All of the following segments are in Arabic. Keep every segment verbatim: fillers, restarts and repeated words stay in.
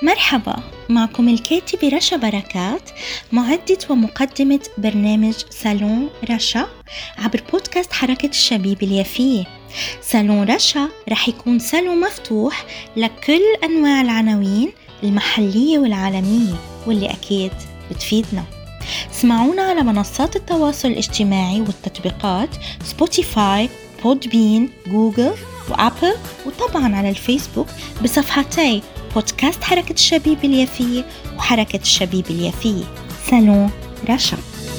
مرحبا، معكم الكاتبة رشا بركات، معدة ومقدمة برنامج صالون رشا عبر بودكاست حركة الشبيب اليافية. صالون رشا رح يكون صالون مفتوح لكل أنواع العناوين المحلية والعالمية واللي أكيد بتفيدنا. اسمعونا على منصات التواصل الاجتماعي والتطبيقات سبوتيفاي، بودبين، جوجل وأبل، وطبعا على الفيسبوك بصفحتي بودكاست حركة الشبيب اليافية وحركة الشبيب اليافية. صالون رشا.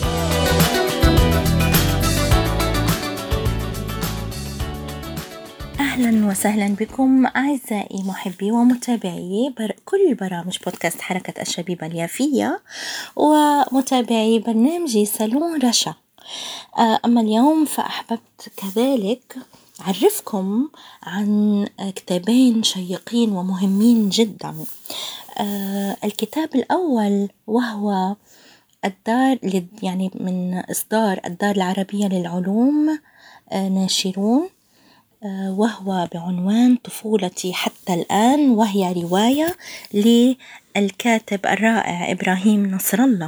أهلا وسهلا بكم أعزائي محبي ومتابعي بر... كل برامج بودكاست حركة الشبيب اليافية ومتابعي برنامجي صالون رشا. أما اليوم فأحببت كذلك أعرفكم عن كتابين شيقين ومهمين جدا. الكتاب الأول وهو الدار يعني من إصدار الدار العربية للعلوم ناشرون، وهو بعنوان طفولتي حتى الآن، وهي رواية للكاتب الرائع إبراهيم نصر الله.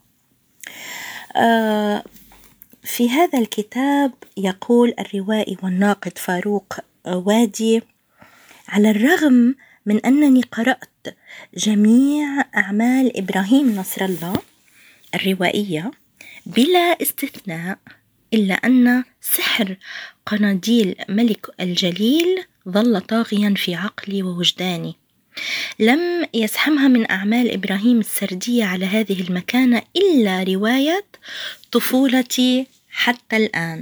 في هذا الكتاب يقول الروائي والناقد فاروق وادي: على الرغم من أنني قرأت جميع أعمال إبراهيم نصر الله الروائية بلا استثناء، إلا أن سحر قناديل ملك الجليل ظل طاغيا في عقلي ووجداني. لم يزحمها من أعمال إبراهيم السردية على هذه المكانة إلا رواية طفولتي حتى الآن،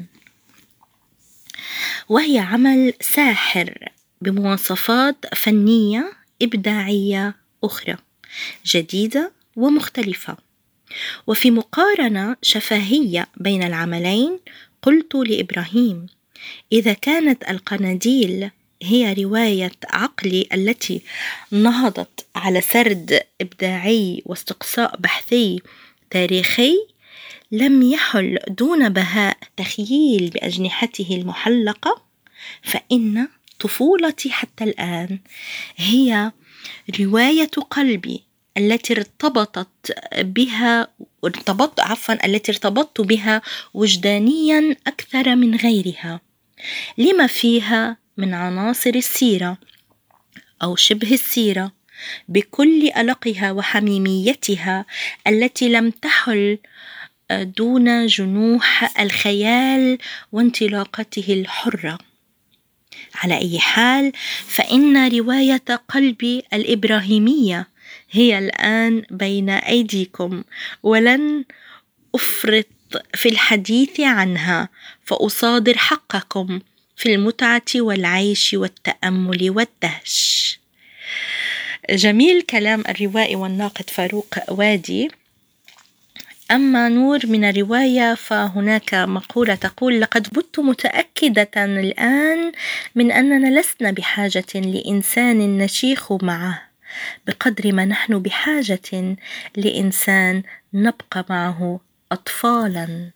وهي عمل ساحر بمواصفات فنية إبداعية أخرى جديدة ومختلفة. وفي مقارنة شفهية بين العملين قلت لإبراهيم: إذا كانت القناديل هي رواية عقلي التي نهضت على سرد إبداعي واستقصاء بحثي تاريخي لم يحل دون بهاء تخييل بأجنحته المحلقة، فإن طفولتي حتى الآن هي رواية قلبي التي ارتبطت بها ارتبط عفوا التي ارتبطت بها وجدانيا أكثر من غيرها، لما فيها من عناصر السيرة أو شبه السيرة بكل ألقها وحميميتها التي لم تحل دون جنوح الخيال وانطلاقته الحرة. على أي حال، فإن رواية قلبي الإبراهيمية هي الآن بين أيديكم، ولن أفرط في الحديث عنها، فأصادر حقكم في المتعة والعيش والتأمل والدهش. جميل كلام الروائي والناقد فاروق وادي. أما نور من الرواية فهناك مقولة تقول: لقد بت متأكدة الآن من أننا لسنا بحاجة لإنسان نشيخ معه بقدر ما نحن بحاجة لإنسان نبقى معه أطفالا.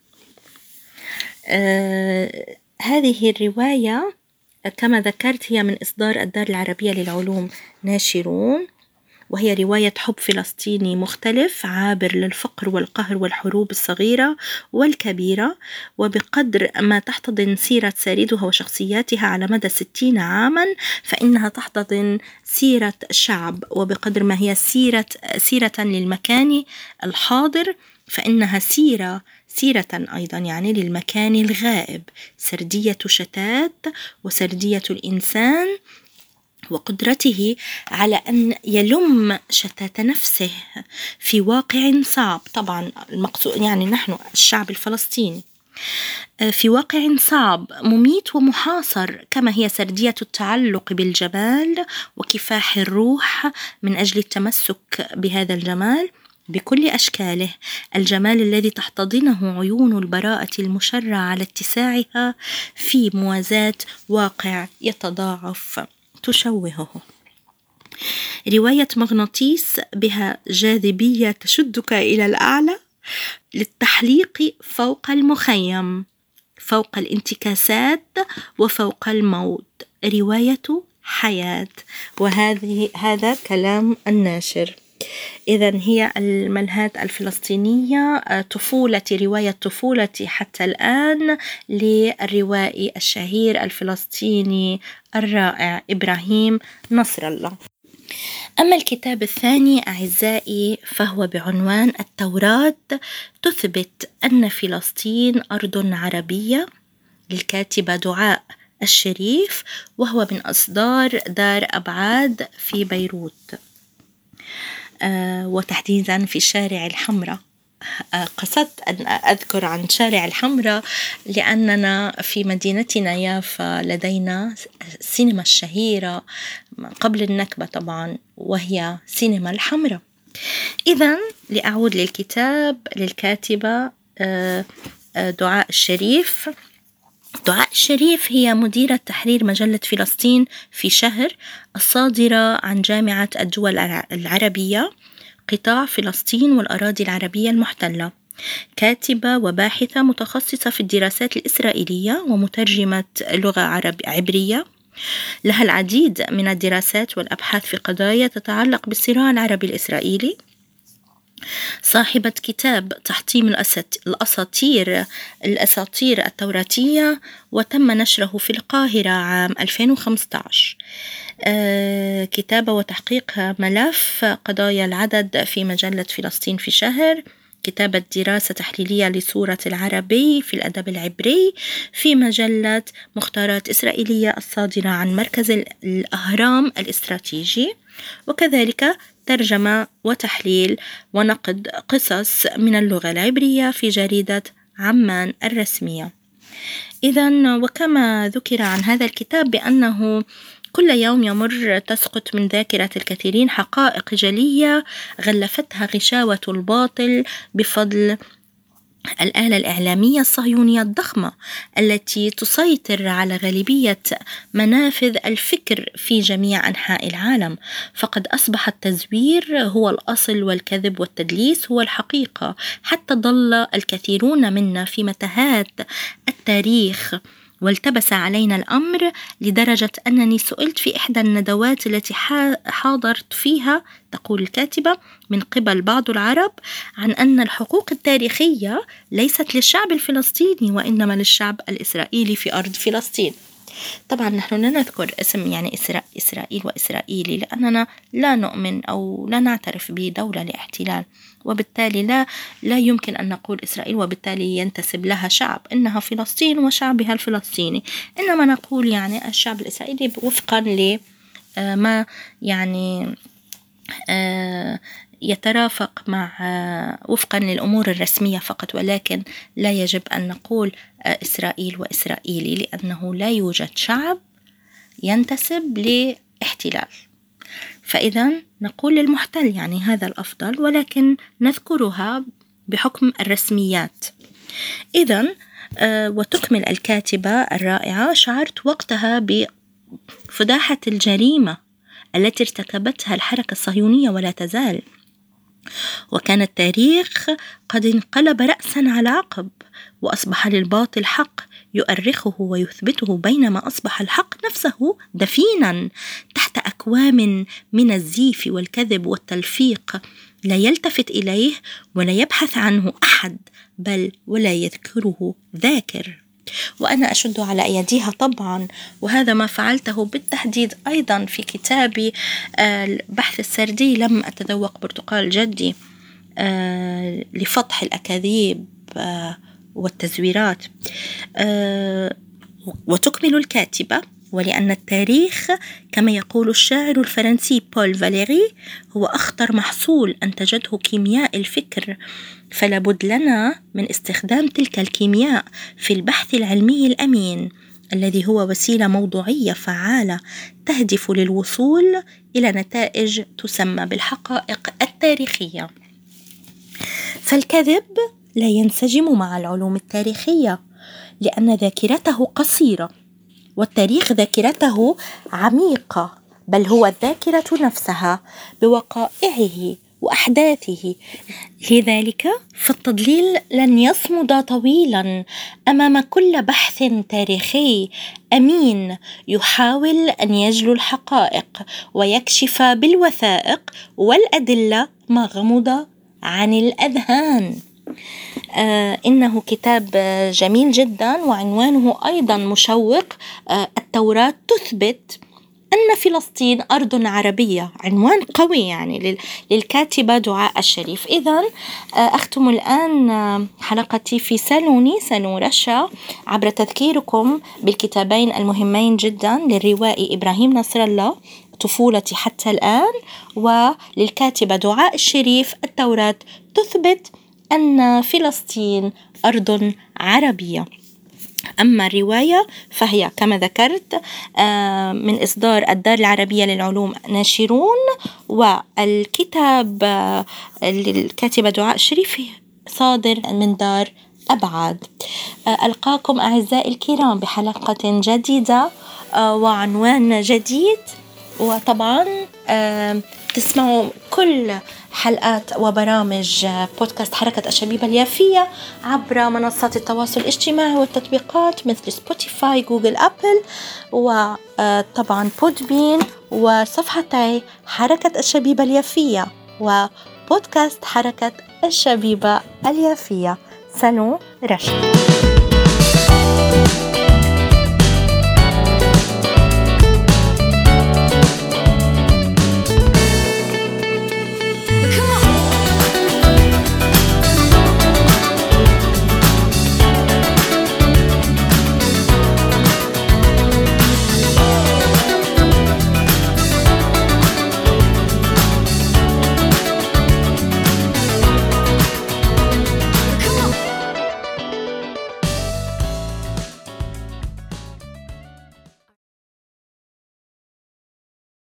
آه هذه الرواية كما ذكرت هي من إصدار الدار العربية للعلوم ناشرون، وهي رواية حب فلسطيني مختلف عابر للفقر والقهر والحروب الصغيرة والكبيرة، وبقدر ما تحتضن سيرة ساردها وشخصياتها على مدى ستين عاما فإنها تحتضن سيرة شعب، وبقدر ما هي سيرة, سيرة للمكان الحاضر فإنها سيرة سيرة أيضا يعني للمكان الغائب، سردية شتات وسردية الإنسان وقدرته على أن يلم شتات نفسه في واقع صعب. طبعا المقصود يعني نحن الشعب الفلسطيني في واقع صعب مميت ومحاصر، كما هي سردية التعلق بالجمال وكفاح الروح من أجل التمسك بهذا الجمال بكل أشكاله، الجمال الذي تحتضنه عيون البراءة المشرعة على اتساعها في موازاة واقع يتضاعف تشوهه. رواية مغناطيس بها جاذبية تشدك إلى الأعلى للتحليق فوق المخيم، فوق الانتكاسات وفوق الموت. رواية حياة. وهذه هذا كلام الناشر. إذن هي الملهاة الفلسطينية طفولتي، رواية طفولتي حتى الآن للروائي الشهير الفلسطيني الرائع إبراهيم نصر الله. أما الكتاب الثاني أعزائي فهو بعنوان التوراة تثبت أن فلسطين أرض عربية للكاتبة دعاء الشريف، وهو من أصدار دار أبعاد في بيروت، آه وتحديدا في شارع الحمراء. آه قصدت أن أذكر عن شارع الحمراء لأننا في مدينتنا يافا لدينا السينما الشهيرة قبل النكبة طبعا، وهي سينما الحمراء. إذن لأعود للكتاب للكاتبة آه دعاء الشريف. دعاء الشريف هي مديرة تحرير مجلة فلسطين في شهر، الصادرة عن جامعة الدول العربية قطاع فلسطين والأراضي العربية المحتلة. كاتبة وباحثة متخصصة في الدراسات الإسرائيلية ومترجمة لغة عرب عبرية. لها العديد من الدراسات والأبحاث في قضايا تتعلق بالصراع العربي الإسرائيلي. صاحبة كتاب تحطيم الأساطير الأساطير التوراتية، وتم نشره في القاهرة عام ألفين وخمسة عشر. آه كتابة وتحقيق ملف قضايا العدد في مجلة فلسطين في شهر. كتابة دراسة تحليلية لصورة العربي في الأدب العبري في مجلة مختارات إسرائيلية الصادرة عن مركز الأهرام الاستراتيجي. وكذلك ترجمة وتحليل ونقد قصص من اللغة العبرية في جريدة عمان الرسمية. إذن وكما ذكر عن هذا الكتاب بأنه كل يوم يمر تسقط من ذاكرة الكثيرين حقائق جلية غلفتها غشاوة الباطل بفضل الآلة الإعلامية الصهيونية الضخمة التي تسيطر على غالبية منافذ الفكر في جميع أنحاء العالم. فقد أصبح التزوير هو الأصل والكذب والتدليس هو الحقيقة، حتى ضل الكثيرون منا في متاهات التاريخ والتبس علينا الأمر لدرجة أنني سئلت في إحدى الندوات التي حاضرت فيها، تقول الكاتبة، من قبل بعض العرب عن أن الحقوق التاريخية ليست للشعب الفلسطيني وإنما للشعب الإسرائيلي في أرض فلسطين. طبعا نحن لا نذكر اسم يعني إسرائيل وإسرائيلي لأننا لا نؤمن أو لا نعترف بدولة لاحتلال، وبالتالي لا لا يمكن أن نقول إسرائيل وبالتالي ينتسب لها شعب، إنها فلسطين وشعبها الفلسطيني، إنما نقول يعني الشعب الإسرائيلي وفقا لما يعني يترافق مع وفقا للأمور الرسمية فقط، ولكن لا يجب أن نقول إسرائيل وإسرائيلي لأنه لا يوجد شعب ينتسب لاحتلال. فإذا نقول للمحتل يعني هذا الأفضل، ولكن نذكرها بحكم الرسميات. إذن وتكمل الكاتبة الرائعة: شعرت وقتها بفضاحة الجريمة التي ارتكبتها الحركة الصهيونية ولا تزال، وكان التاريخ قد انقلب رأسا على عقب وأصبح للباطل حق يؤرخه ويثبته، بينما أصبح الحق نفسه دفينا تحت أكوام من الزيف والكذب والتلفيق لا يلتفت إليه ولا يبحث عنه أحد، بل ولا يذكره ذاكر. وأنا أشد على أيديها طبعا، وهذا ما فعلته بالتحديد أيضا في كتابي البحث السردي لم أتذوق برتقال جدي لفضح الأكاذيب والتزويرات. وتكمل الكاتبة: ولأن التاريخ كما يقول الشاعر الفرنسي بول فاليري هو أخطر محصول أنتجته كيمياء الفكر، فلا بد لنا من استخدام تلك الكيمياء في البحث العلمي الأمين الذي هو وسيلة موضوعية فعالة تهدف للوصول إلى نتائج تسمى بالحقائق التاريخية. فالكذب لا ينسجم مع العلوم التاريخية لأن ذاكرته قصيرة، والتاريخ ذاكرته عميقة، بل هو الذاكرة نفسها بوقائعه وأحداثه. لذلك فالتضليل لن يصمد طويلا أمام كل بحث تاريخي أمين يحاول أن يجلو الحقائق ويكشف بالوثائق والأدلة ما غمض عن الأذهان. آه إنه كتاب جميل جدا وعنوانه أيضا مشوق. آه التوراة تثبت أن فلسطين أرض عربية، عنوان قوي يعني للكاتبة دعاء الشريف. إذن أختم الآن حلقتي في سالوني سنورشة عبر تذكيركم بالكتابين المهمين جدا للروائي إبراهيم نصر الله طفولتي حتى الآن، وللكاتبة دعاء الشريف التوراة تثبت أن فلسطين أرض عربية. أما الرواية فهي كما ذكرت من إصدار الدار العربية للعلوم ناشرون، والكتاب للكاتبة دعاء الشريف صادر من دار أبعاد. ألقاكم أعزائي الكرام بحلقة جديدة وعنوان جديد، وطبعا تسمعوا كل حلقات وبرامج بودكاست حركة الشبيبة اليافية عبر منصات التواصل الاجتماعي والتطبيقات مثل سبوتيفاي، جوجل، أبل، وطبعا بودبين، وصفحتي حركة الشبيبة اليافية وبودكاست حركة الشبيبة اليافية. سالون رشا.